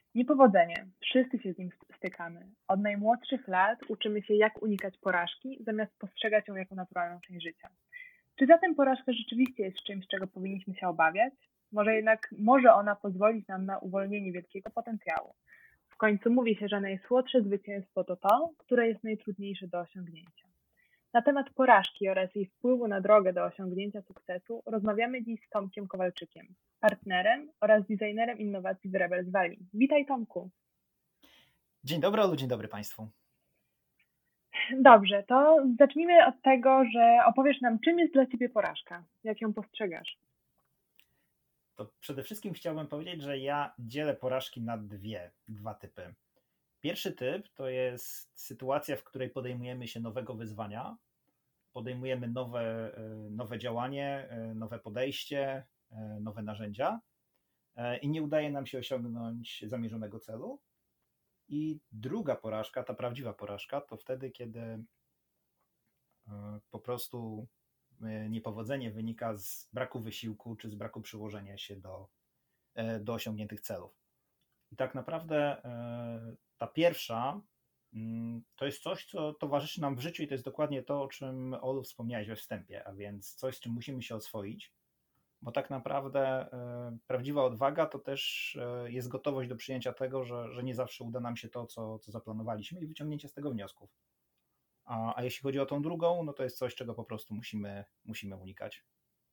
Niepowodzenie. Wszyscy się z nim stykamy. Od najmłodszych lat uczymy się, jak unikać porażki, zamiast postrzegać ją jako naturalną część życia. Czy zatem porażka rzeczywiście jest czymś, czego powinniśmy się obawiać? Może jednak może ona pozwolić nam na uwolnienie wielkiego potencjału. W końcu mówi się, że najsłodsze zwycięstwo to to, które jest najtrudniejsze do osiągnięcia. Na temat porażki oraz jej wpływu na drogę do osiągnięcia sukcesu rozmawiamy dziś z Tomkiem Kowalczykiem, partnerem oraz designerem innowacji w Rebels Valley. Witaj, Tomku. Dzień dobry, Olu, dzień dobry Państwu. Dobrze, to zacznijmy od tego, że opowiesz nam, czym jest dla Ciebie porażka, jak ją postrzegasz. To przede wszystkim chciałbym powiedzieć, że ja dzielę porażki na dwa typy. Pierwszy typ to jest sytuacja, w której podejmujemy się nowego wyzwania, podejmujemy nowe działanie, nowe podejście, nowe narzędzia i nie udaje nam się osiągnąć zamierzonego celu. I druga porażka, ta prawdziwa porażka, to wtedy, kiedy po prostu niepowodzenie wynika z braku wysiłku czy z braku przyłożenia się do osiągniętych celów. I tak naprawdę ta pierwsza to jest coś, co towarzyszy nam w życiu i to jest dokładnie to, o czym Olu wspomniałeś we wstępie, a więc coś, z czym musimy się oswoić, bo tak naprawdę prawdziwa odwaga to też jest gotowość do przyjęcia tego, że nie zawsze uda nam się to, co zaplanowaliśmy i wyciągnięcie z tego wniosków. A jeśli chodzi o tą drugą, no to jest coś, czego po prostu musimy unikać.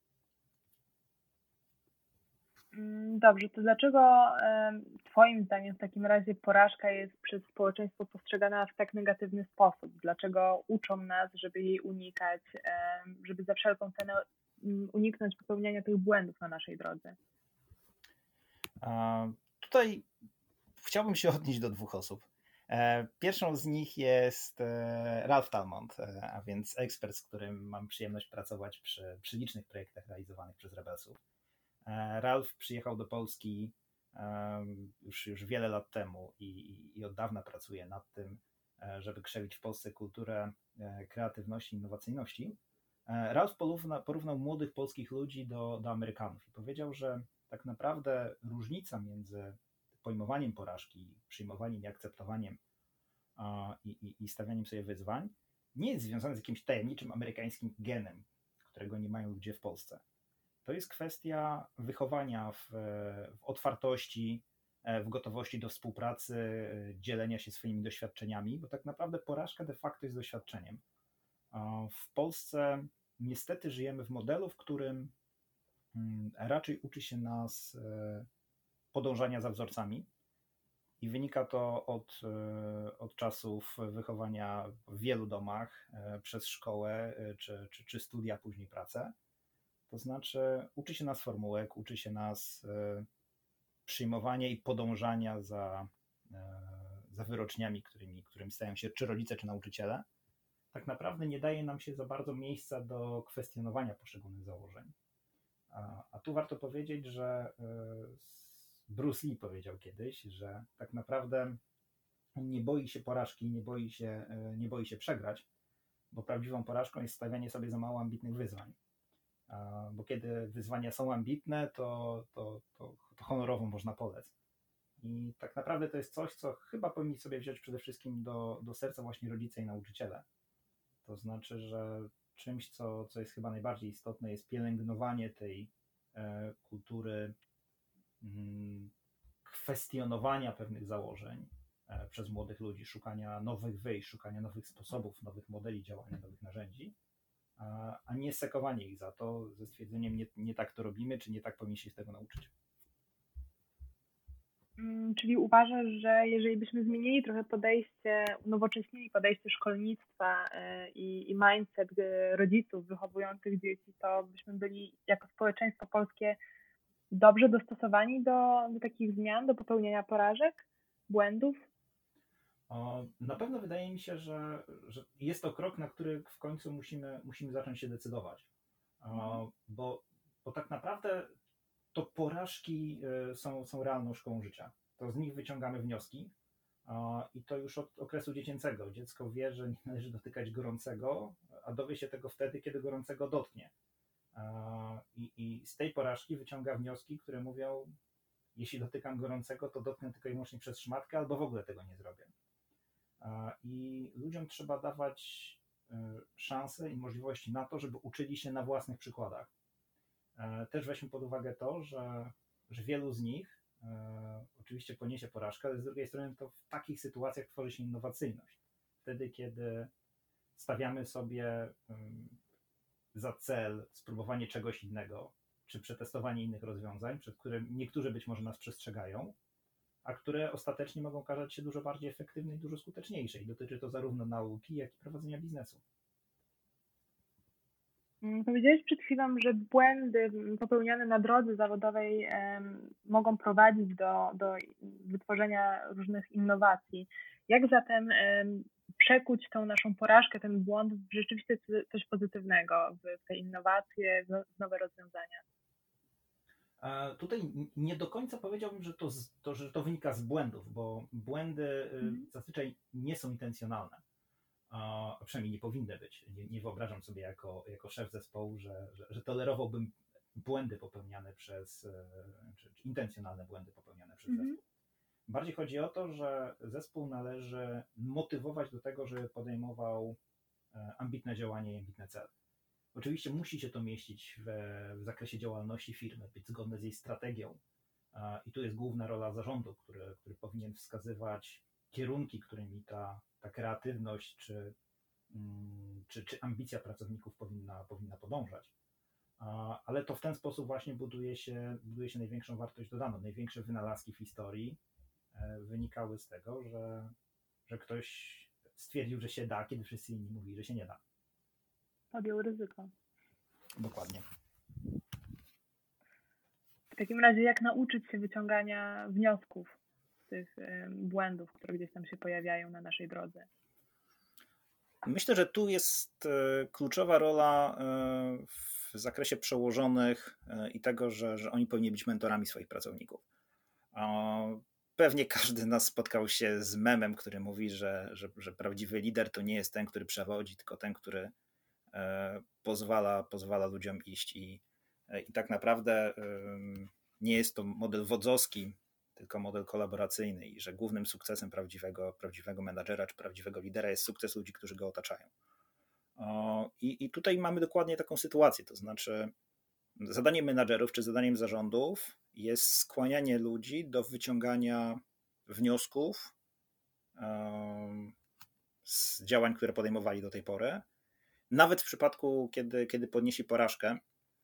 Dobrze, to dlaczego Twoim zdaniem w takim razie porażka jest przez społeczeństwo postrzegana w tak negatywny sposób? Dlaczego uczą nas, żeby jej unikać, żeby za wszelką cenę uniknąć popełniania tych błędów na naszej drodze? Tutaj chciałbym się odnieść do dwóch osób. Pierwszą z nich jest Ralph Talmont, a więc ekspert, z którym mam przyjemność pracować przy licznych projektach realizowanych przez Rebelsów. Ralph przyjechał do Polski już wiele lat temu i od dawna pracuje nad tym, żeby krzewić w Polsce kulturę kreatywności i innowacyjności. Ralph porównał młodych polskich ludzi do Amerykanów i powiedział, że tak naprawdę różnica między pojmowaniem porażki, przyjmowaniem i akceptowaniem i stawianiem sobie wyzwań nie jest związane z jakimś tajemniczym amerykańskim genem, którego nie mają ludzie w Polsce. To jest kwestia wychowania w otwartości, w gotowości do współpracy, dzielenia się swoimi doświadczeniami, bo tak naprawdę porażka de facto jest doświadczeniem. W Polsce niestety żyjemy w modelu, w którym raczej uczy się nas podążania za wzorcami i wynika to od czasów wychowania w wielu domach, przez szkołę czy studia, później pracę. To znaczy uczy się nas formułek, uczy się nas przyjmowania i podążania za wyroczniami, którymi stają się czy rodzice, czy nauczyciele. Tak naprawdę nie daje nam się za bardzo miejsca do kwestionowania poszczególnych założeń. A tu warto powiedzieć, że Bruce Lee powiedział kiedyś, że tak naprawdę on nie boi się porażki, nie boi się przegrać, bo prawdziwą porażką jest stawianie sobie za mało ambitnych wyzwań. Bo kiedy wyzwania są ambitne, to honorowo można polec. I tak naprawdę to jest coś, co chyba powinni sobie wziąć przede wszystkim do serca właśnie rodzice i nauczyciele. To znaczy, że czymś, co jest chyba najbardziej istotne, jest pielęgnowanie tej kultury kwestionowania pewnych założeń przez młodych ludzi, szukania nowych wyjść, szukania nowych sposobów, nowych modeli działania, nowych narzędzi, a nie sekowanie ich za to ze stwierdzeniem nie tak to robimy, czy nie tak powinniście się tego nauczyć. Czyli uważasz, że jeżeli byśmy zmienili trochę podejście, unowocześnili podejście szkolnictwa i mindset rodziców wychowujących dzieci, to byśmy byli jako społeczeństwo polskie dobrze dostosowani do takich zmian, do popełniania porażek, błędów? Na pewno wydaje mi się, że jest to krok, na który w końcu musimy zacząć się decydować. Bo tak naprawdę to porażki są realną szkołą życia. To z nich wyciągamy wnioski i to już od okresu dziecięcego. Dziecko wie, że nie należy dotykać gorącego, a dowie się tego wtedy, kiedy gorącego dotknie. I z tej porażki wyciąga wnioski, które mówią, jeśli dotykam gorącego, to dotknę tylko i wyłącznie przez szmatkę albo w ogóle tego nie zrobię. I ludziom trzeba dawać szanse i możliwości na to, żeby uczyli się na własnych przykładach. Też weźmy pod uwagę to, że wielu z nich oczywiście poniesie porażkę, ale z drugiej strony to w takich sytuacjach tworzy się innowacyjność. Wtedy, kiedy stawiamy sobie za cel spróbowanie czegoś innego, czy przetestowanie innych rozwiązań, przed którym niektórzy być może nas przestrzegają, a które ostatecznie mogą okazać się dużo bardziej efektywne i dużo skuteczniejsze. I dotyczy to zarówno nauki, jak i prowadzenia biznesu. Powiedziałeś przed chwilą, że błędy popełniane na drodze zawodowej mogą prowadzić do wytworzenia różnych innowacji. Jak zatem przekuć tą naszą porażkę, ten błąd w rzeczywiście coś pozytywnego, w te innowacje, w nowe rozwiązania? Tutaj nie do końca powiedziałbym, że to wynika z błędów, bo błędy zazwyczaj nie są intencjonalne. A przynajmniej nie powinny być. Nie wyobrażam sobie jako szef zespołu, że tolerowałbym błędy popełniane czy intencjonalne błędy popełniane przez zespół. Bardziej chodzi o to, że zespół należy motywować do tego, żeby podejmował ambitne działanie i ambitne cele. Oczywiście musi się to mieścić w zakresie działalności firmy, być zgodne z jej strategią. I tu jest główna rola zarządu, który powinien wskazywać kierunki, którymi ta kreatywność czy ambicja pracowników powinna podążać. Ale to w ten sposób właśnie buduje się największą wartość dodaną. Największe wynalazki w historii wynikały z tego, że ktoś stwierdził, że się da, kiedy wszyscy inni mówili, że się nie da. Podjął ryzyko. Dokładnie. W takim razie jak nauczyć się wyciągania wniosków z tych błędów, które gdzieś tam się pojawiają na naszej drodze? Myślę, że tu jest kluczowa rola w zakresie przełożonych i tego, że oni powinni być mentorami swoich pracowników. Pewnie każdy z nas spotkał się z memem, który mówi, że prawdziwy lider to nie jest ten, który przewodzi, tylko ten, który pozwala ludziom iść i tak naprawdę nie jest to model wodzowski, tylko model kolaboracyjny i że głównym sukcesem prawdziwego menadżera czy prawdziwego lidera jest sukces ludzi, którzy go otaczają. I tutaj mamy dokładnie taką sytuację, to znaczy zadaniem menadżerów czy zadaniem zarządów jest skłanianie ludzi do wyciągania wniosków z działań, które podejmowali do tej pory. Nawet w przypadku, kiedy podnieśli porażkę,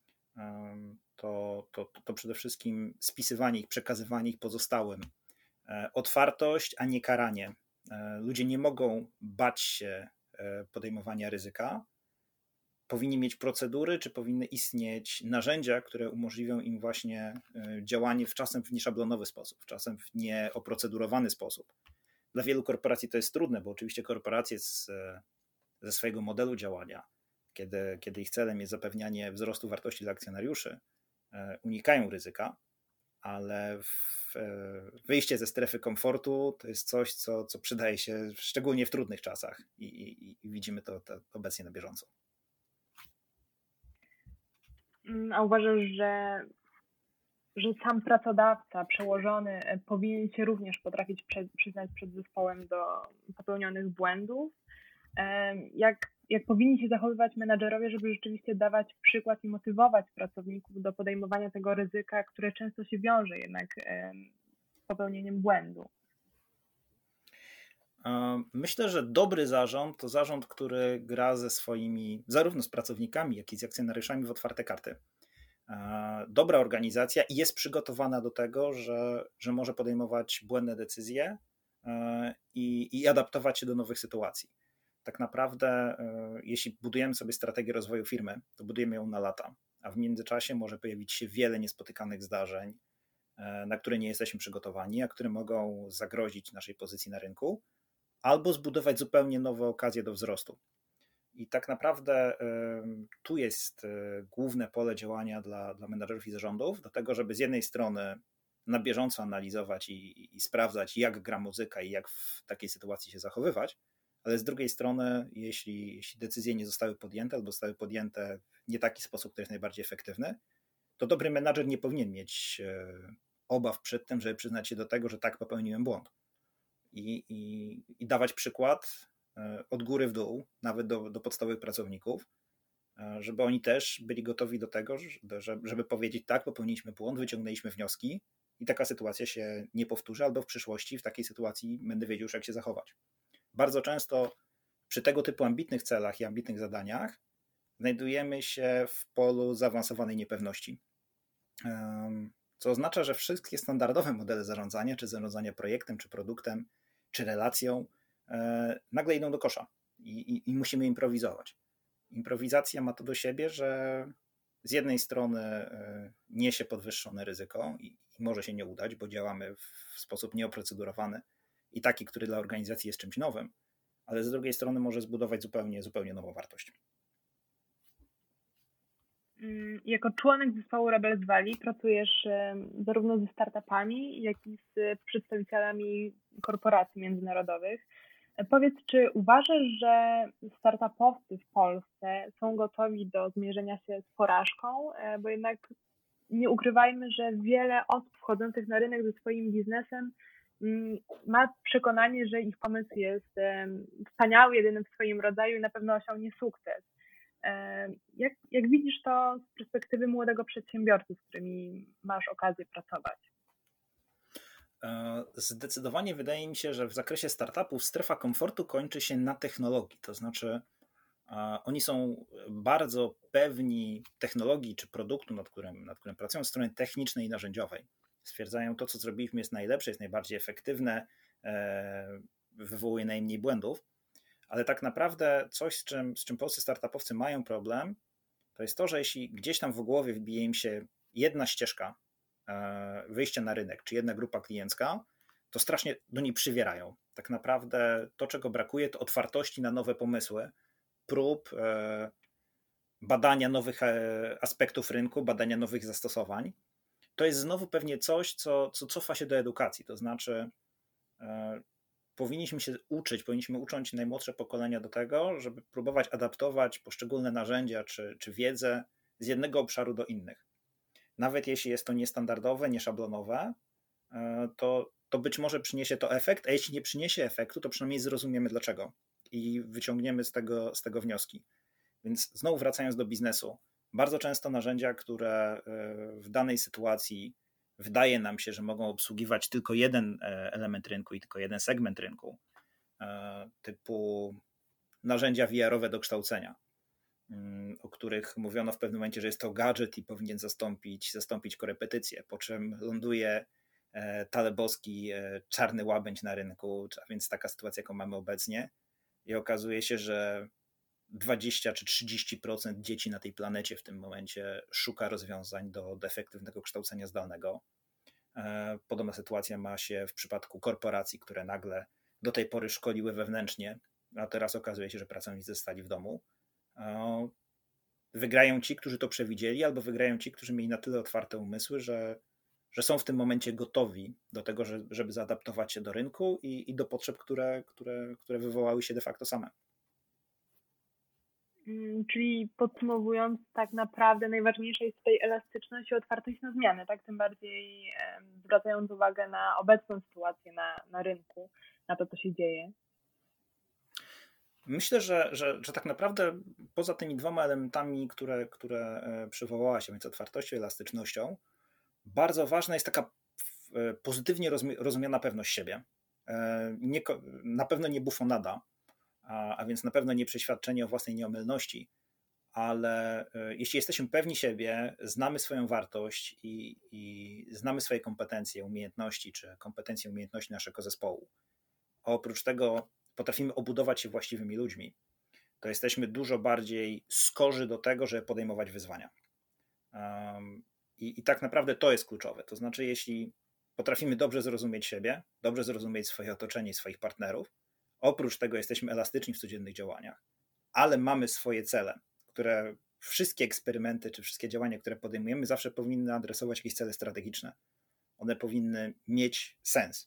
to przede wszystkim spisywanie ich, przekazywanie ich pozostałym. Otwartość, a nie karanie. Ludzie nie mogą bać się podejmowania ryzyka. Powinni mieć procedury, czy powinny istnieć narzędzia, które umożliwią im właśnie działanie czasem w nieszablonowy sposób, czasem w nieoprocedurowany sposób. Dla wielu korporacji to jest trudne, bo oczywiście korporacje ze swojego modelu działania, kiedy ich celem jest zapewnianie wzrostu wartości dla akcjonariuszy, unikają ryzyka, ale wyjście ze strefy komfortu to jest coś, co przydaje się szczególnie w trudnych czasach i widzimy to obecnie na bieżąco. A uważasz, że sam pracodawca, przełożony powinien się również potrafić przyznać przed zespołem do popełnionych błędów? Jak powinni się zachowywać menadżerowie, żeby rzeczywiście dawać przykład i motywować pracowników do podejmowania tego ryzyka, które często się wiąże jednak z popełnieniem błędu? Myślę, że dobry zarząd to zarząd, który gra ze swoimi, zarówno z pracownikami, jak i z akcjonariuszami w otwarte karty. Dobra organizacja i jest przygotowana do tego, że może podejmować błędne decyzje i adaptować się do nowych sytuacji. Tak naprawdę, jeśli budujemy sobie strategię rozwoju firmy, to budujemy ją na lata, a w międzyczasie może pojawić się wiele niespotykanych zdarzeń, na które nie jesteśmy przygotowani, a które mogą zagrozić naszej pozycji na rynku, albo zbudować zupełnie nowe okazje do wzrostu. I tak naprawdę tu jest główne pole działania dla menadżerów i zarządów, do tego, żeby z jednej strony na bieżąco analizować i sprawdzać, jak gra muzyka i jak w takiej sytuacji się zachowywać, ale z drugiej strony, jeśli decyzje nie zostały podjęte albo zostały podjęte w nie taki sposób, który jest najbardziej efektywny, to dobry menadżer nie powinien mieć obaw przed tym, żeby przyznać się do tego, że tak, popełniłem błąd. I dawać przykład od góry w dół, nawet do podstawowych pracowników, żeby oni też byli gotowi do tego, żeby powiedzieć tak, popełniliśmy błąd, wyciągnęliśmy wnioski i taka sytuacja się nie powtórzy, albo w przyszłości w takiej sytuacji będę wiedział już, jak się zachować. Bardzo często przy tego typu ambitnych celach i ambitnych zadaniach znajdujemy się w polu zaawansowanej niepewności. Co oznacza, że wszystkie standardowe modele zarządzania, czy zarządzania projektem, czy produktem, czy relacją, nagle idą do kosza i musimy improwizować. Improwizacja ma to do siebie, że z jednej strony niesie podwyższone ryzyko i może się nie udać, bo działamy w sposób nieoprocedurowany i taki, który dla organizacji jest czymś nowym, ale z drugiej strony może zbudować zupełnie nową wartość. Jako członek zespołu Rebels Valley pracujesz zarówno ze startupami, jak i z przedstawicielami korporacji międzynarodowych. Powiedz, czy uważasz, że startupowcy w Polsce są gotowi do zmierzenia się z porażką? Bo jednak nie ukrywajmy, że wiele osób wchodzących na rynek ze swoim biznesem ma przekonanie, że ich pomysł jest wspaniały, jedyny w swoim rodzaju i na pewno osiągnie sukces. Jak widzisz to z perspektywy młodego przedsiębiorcy, z którymi masz okazję pracować? Zdecydowanie wydaje mi się, że w zakresie startupów strefa komfortu kończy się na technologii. To znaczy oni są bardzo pewni technologii czy produktu, nad którym pracują, z strony technicznej i narzędziowej. Stwierdzają, to co zrobiliśmy jest najlepsze, jest najbardziej efektywne, wywołuje najmniej błędów, ale tak naprawdę coś, z czym polscy startupowcy mają problem, to jest to, że jeśli gdzieś tam w głowie wbije im się jedna ścieżka wyjścia na rynek, czy jedna grupa kliencka, to strasznie do niej przywierają. Tak naprawdę to, czego brakuje, to otwartości na nowe pomysły, prób, badania nowych aspektów rynku, badania nowych zastosowań. To jest znowu pewnie coś, co cofa się do edukacji, to znaczy powinniśmy uczyć najmłodsze pokolenia do tego, żeby próbować adaptować poszczególne narzędzia czy wiedzę z jednego obszaru do innych. Nawet jeśli jest to niestandardowe, nieszablonowe, to być może przyniesie to efekt, a jeśli nie przyniesie efektu, to przynajmniej zrozumiemy dlaczego i wyciągniemy z tego wnioski. Więc znowu wracając do biznesu, bardzo często narzędzia, które w danej sytuacji wydaje nam się, że mogą obsługiwać tylko jeden element rynku i tylko jeden segment rynku, typu narzędzia VR-owe do kształcenia, o których mówiono w pewnym momencie, że jest to gadżet i powinien zastąpić korepetycję, po czym ląduje talebowski czarny łabędź na rynku, a więc taka sytuacja, jaką mamy obecnie, i okazuje się, że 20 czy 30% dzieci na tej planecie w tym momencie szuka rozwiązań do efektywnego kształcenia zdalnego. Podobna sytuacja ma się w przypadku korporacji, które nagle do tej pory szkoliły wewnętrznie, a teraz okazuje się, że pracownicy zostali w domu. Wygrają ci, którzy to przewidzieli, albo wygrają ci, którzy mieli na tyle otwarte umysły, że są w tym momencie gotowi do tego, żeby zaadaptować się do rynku i do potrzeb, które wywołały się de facto same. Czyli podsumowując, tak naprawdę najważniejsza jest tutaj elastyczność i otwartość na zmiany, tak? Tym bardziej zwracając uwagę na obecną sytuację na rynku, na to, co się dzieje. Myślę, że tak naprawdę poza tymi dwoma elementami, które przywołałaś, a więc otwartością i elastycznością, bardzo ważna jest taka pozytywnie rozumiana pewność siebie. Na pewno nie bufonada, a więc na pewno nie przeświadczenie o własnej nieomylności, ale jeśli jesteśmy pewni siebie, znamy swoją wartość i znamy swoje kompetencje, umiejętności, czy kompetencje, umiejętności naszego zespołu, a oprócz tego potrafimy obudować się właściwymi ludźmi, to jesteśmy dużo bardziej skorzy do tego, żeby podejmować wyzwania. I tak naprawdę to jest kluczowe. To znaczy, jeśli potrafimy dobrze zrozumieć siebie, dobrze zrozumieć swoje otoczenie i swoich partnerów, oprócz tego jesteśmy elastyczni w codziennych działaniach, ale mamy swoje cele, które wszystkie eksperymenty czy wszystkie działania, które podejmujemy, zawsze powinny adresować jakieś cele strategiczne. One powinny mieć sens.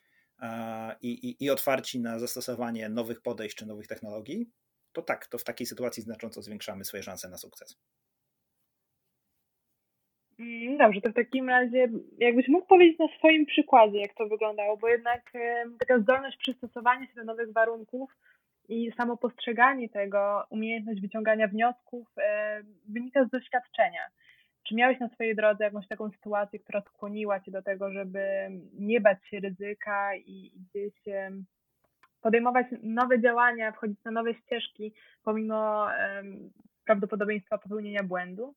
I otwarci na zastosowanie nowych podejść czy nowych technologii, to tak, to w takiej sytuacji znacząco zwiększamy swoje szanse na sukces. Dobrze, to w takim razie jakbyś mógł powiedzieć na swoim przykładzie, jak to wyglądało, bo jednak taka zdolność przystosowania się do nowych warunków i samo postrzeganie tego, umiejętność wyciągania wniosków wynika z doświadczenia. Czy miałeś na swojej drodze jakąś taką sytuację, która skłoniła cię do tego, żeby nie bać się ryzyka i gdzieś podejmować nowe działania, wchodzić na nowe ścieżki, pomimo prawdopodobieństwa popełnienia błędu?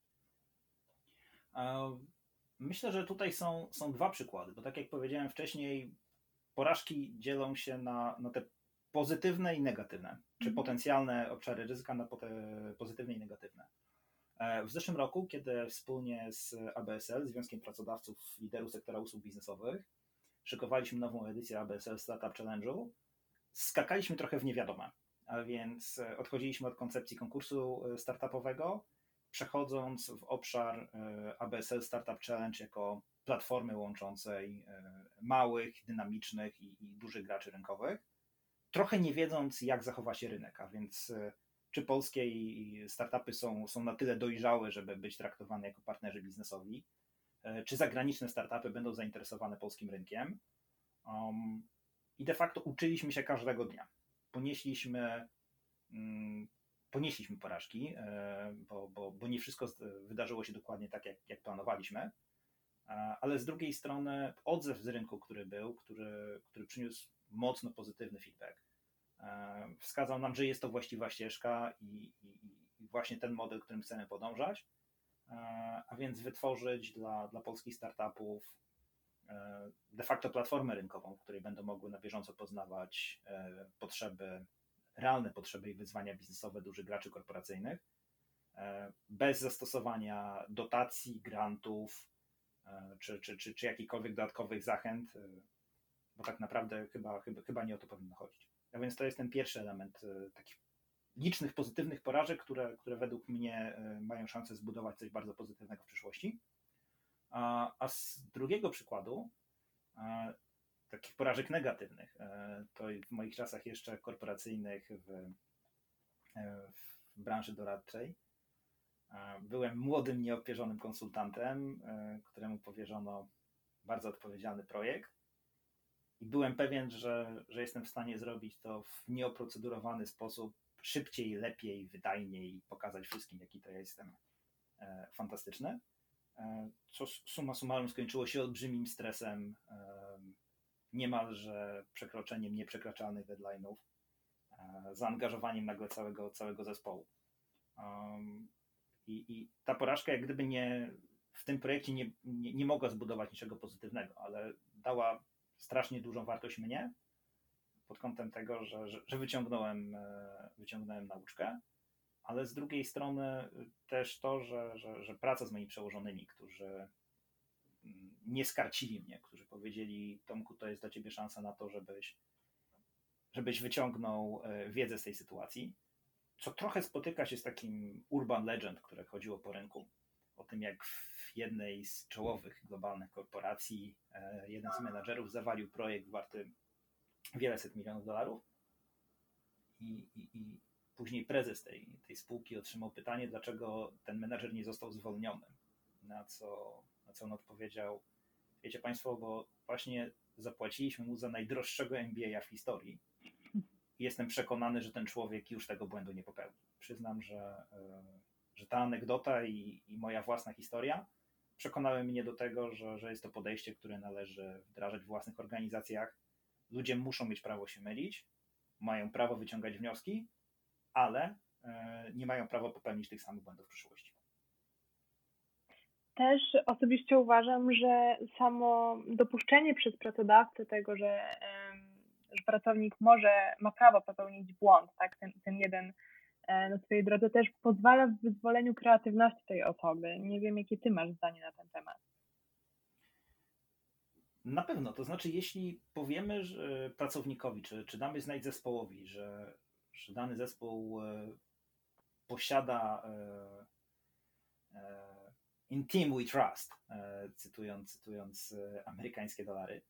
Myślę, że tutaj są dwa przykłady, bo tak jak powiedziałem wcześniej, porażki dzielą się na te pozytywne i negatywne, czy potencjalne obszary ryzyka na pozytywne i negatywne. W zeszłym roku, kiedy wspólnie z ABSL, Związkiem Pracodawców Liderów Sektora Usług Biznesowych, szykowaliśmy nową edycję ABSL Startup Challenge'u, skakaliśmy trochę w niewiadome, a więc odchodziliśmy od koncepcji konkursu startupowego, przechodząc w obszar ABSL Startup Challenge jako platformy łączącej małych, dynamicznych i dużych graczy rynkowych, trochę nie wiedząc, jak zachowa się rynek, a więc czy polskie startupy są na tyle dojrzałe, żeby być traktowane jako partnerzy biznesowi, czy zagraniczne startupy będą zainteresowane polskim rynkiem. I de facto uczyliśmy się każdego dnia. Ponieśliśmy porażki, bo nie wszystko wydarzyło się dokładnie tak, jak planowaliśmy, ale z drugiej strony odzew z rynku, który przyniósł mocno pozytywny feedback, wskazał nam, że jest to właściwa ścieżka i właśnie ten model, którym chcemy podążać, a więc wytworzyć dla polskich startupów de facto platformę rynkową, w której będą mogły na bieżąco poznawać realne potrzeby i wyzwania biznesowe dużych graczy korporacyjnych, bez zastosowania dotacji, grantów czy jakichkolwiek dodatkowych zachęt, bo tak naprawdę chyba nie o to powinno chodzić. A więc to jest ten pierwszy element takich licznych, pozytywnych porażek, które według mnie mają szansę zbudować coś bardzo pozytywnego w przyszłości. A z drugiego przykładu, takich porażek negatywnych, to w moich czasach jeszcze korporacyjnych w branży doradczej, byłem młodym, nieobpierzonym konsultantem, któremu powierzono bardzo odpowiedzialny projekt i byłem pewien, że jestem w stanie zrobić to w nieoprocedurowany sposób, szybciej, lepiej, wydajniej i pokazać wszystkim, jaki to ja jestem fantastyczny. Co summa summarum skończyło się olbrzymim stresem, niemalże przekroczeniem nieprzekraczalnych deadline'ów, zaangażowaniem nagle całego zespołu. I ta porażka jak gdyby w tym projekcie nie mogła zbudować niczego pozytywnego, ale dała strasznie dużą wartość mnie pod kątem tego, że wyciągnąłem nauczkę, ale z drugiej strony też to, że praca z moimi przełożonymi, którzy nie skarcili mnie, którzy powiedzieli: Tomku, to jest dla ciebie szansa na to, żebyś wyciągnął wiedzę z tej sytuacji, co trochę spotyka się z takim urban legend, które chodziło po rynku, o tym jak w jednej z czołowych globalnych korporacji jeden z menadżerów zawalił projekt warty wiele set milionów dolarów i później prezes tej spółki otrzymał pytanie, dlaczego ten menadżer nie został zwolniony, na co on odpowiedział: wiecie państwo, bo właśnie zapłaciliśmy mu za najdroższego MBA w historii i jestem przekonany, że ten człowiek już tego błędu nie popełni. Przyznam, że ta anegdota i moja własna historia przekonały mnie do tego, że jest to podejście, które należy wdrażać w własnych organizacjach. Ludzie muszą mieć prawo się mylić, mają prawo wyciągać wnioski, ale nie mają prawa popełnić tych samych błędów w przyszłości. Też osobiście uważam, że samo dopuszczenie przez pracodawcę tego, że pracownik ma prawo popełnić błąd, tak, ten jeden na swojej drodze, też pozwala w wyzwoleniu kreatywności tej osoby. Nie wiem, jakie ty masz zdanie na ten temat. Na pewno, to znaczy jeśli powiemy że pracownikowi, czy damy znać zespołowi, że dany zespół posiada in team we trust, cytując amerykańskie dolary,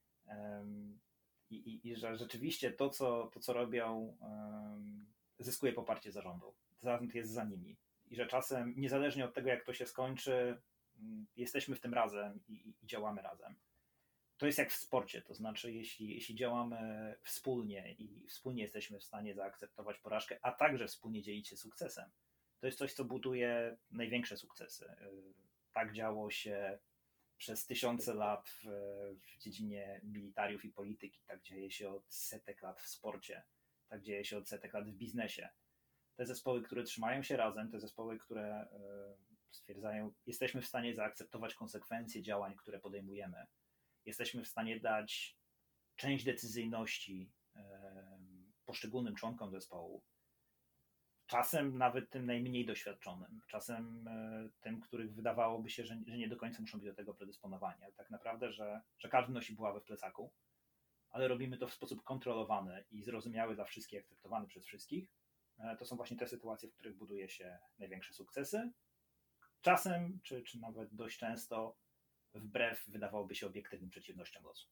i że rzeczywiście to, co robią, zyskuje poparcie zarządu. Zarząd jest za nimi i że czasem, niezależnie od tego, jak to się skończy, jesteśmy w tym razem i działamy razem. To jest jak w sporcie, to znaczy jeśli działamy wspólnie i wspólnie jesteśmy w stanie zaakceptować porażkę, a także wspólnie dzielić się sukcesem, to jest coś, co buduje największe sukcesy. Tak działo się przez tysiące lat w dziedzinie militariów i polityki, tak dzieje się od setek lat w sporcie, tak dzieje się od setek lat w biznesie. Te zespoły, które trzymają się razem, te zespoły, które stwierdzają, jesteśmy w stanie zaakceptować konsekwencje działań, które podejmujemy. Jesteśmy w stanie dać część decyzyjności poszczególnym członkom zespołu. Czasem nawet tym najmniej doświadczonym, czasem tym, których wydawałoby się, że nie do końca muszą być do tego predysponowani, ale tak naprawdę, że każdy nosi buławę w plecaku, ale robimy to w sposób kontrolowany i zrozumiały dla wszystkich, akceptowany przez wszystkich. To są właśnie te sytuacje, w których buduje się największe sukcesy. Czasem, czy nawet dość często, wbrew wydawałoby się obiektywnym przeciwnościom losu.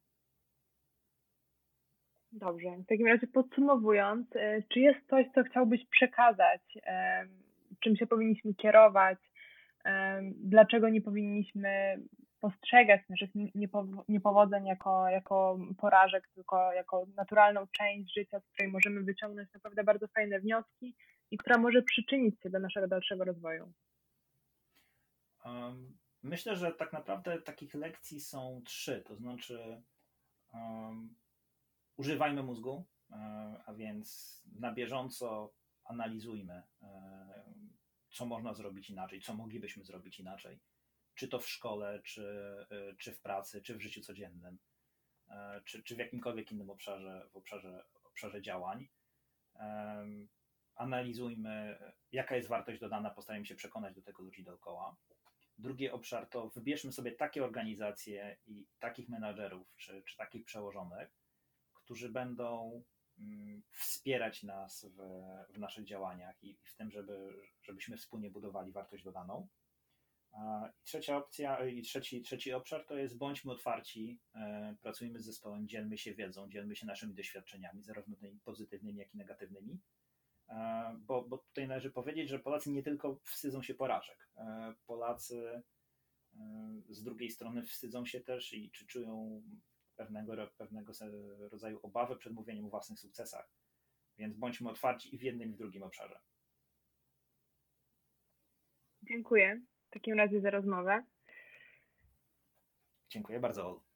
Dobrze. W takim razie podsumowując, czy jest coś, co chciałbyś przekazać, czym się powinniśmy kierować, dlaczego nie powinniśmy postrzegać naszych niepowodzeń jako porażek, tylko jako naturalną część życia, z której możemy wyciągnąć naprawdę bardzo fajne wnioski i która może przyczynić się do naszego dalszego rozwoju? Myślę, że tak naprawdę takich lekcji są 3, to znaczy używajmy mózgu, a więc na bieżąco analizujmy, co można zrobić inaczej, co moglibyśmy zrobić inaczej, czy to w szkole, czy w pracy, czy w życiu codziennym, czy w jakimkolwiek innym obszarze działań. Analizujmy, jaka jest wartość dodana, postarajmy się przekonać do tego ludzi dookoła. Drugi obszar to wybierzmy sobie takie organizacje i takich menadżerów, czy takich przełożonych, którzy będą wspierać nas w naszych działaniach i w tym, żebyśmy wspólnie budowali wartość dodaną. I trzecia opcja, i trzeci obszar to jest bądźmy otwarci, pracujmy z zespołem, dzielmy się wiedzą, dzielmy się naszymi doświadczeniami, zarówno tymi pozytywnymi, jak i negatywnymi. Bo tutaj należy powiedzieć, że Polacy nie tylko wstydzą się porażek. Polacy z drugiej strony wstydzą się też i czy czują pewnego rodzaju obawę przed mówieniem o własnych sukcesach. Więc bądźmy otwarci i w jednym, i w drugim obszarze. Dziękuję w takim razie za rozmowę. Dziękuję bardzo, Olu.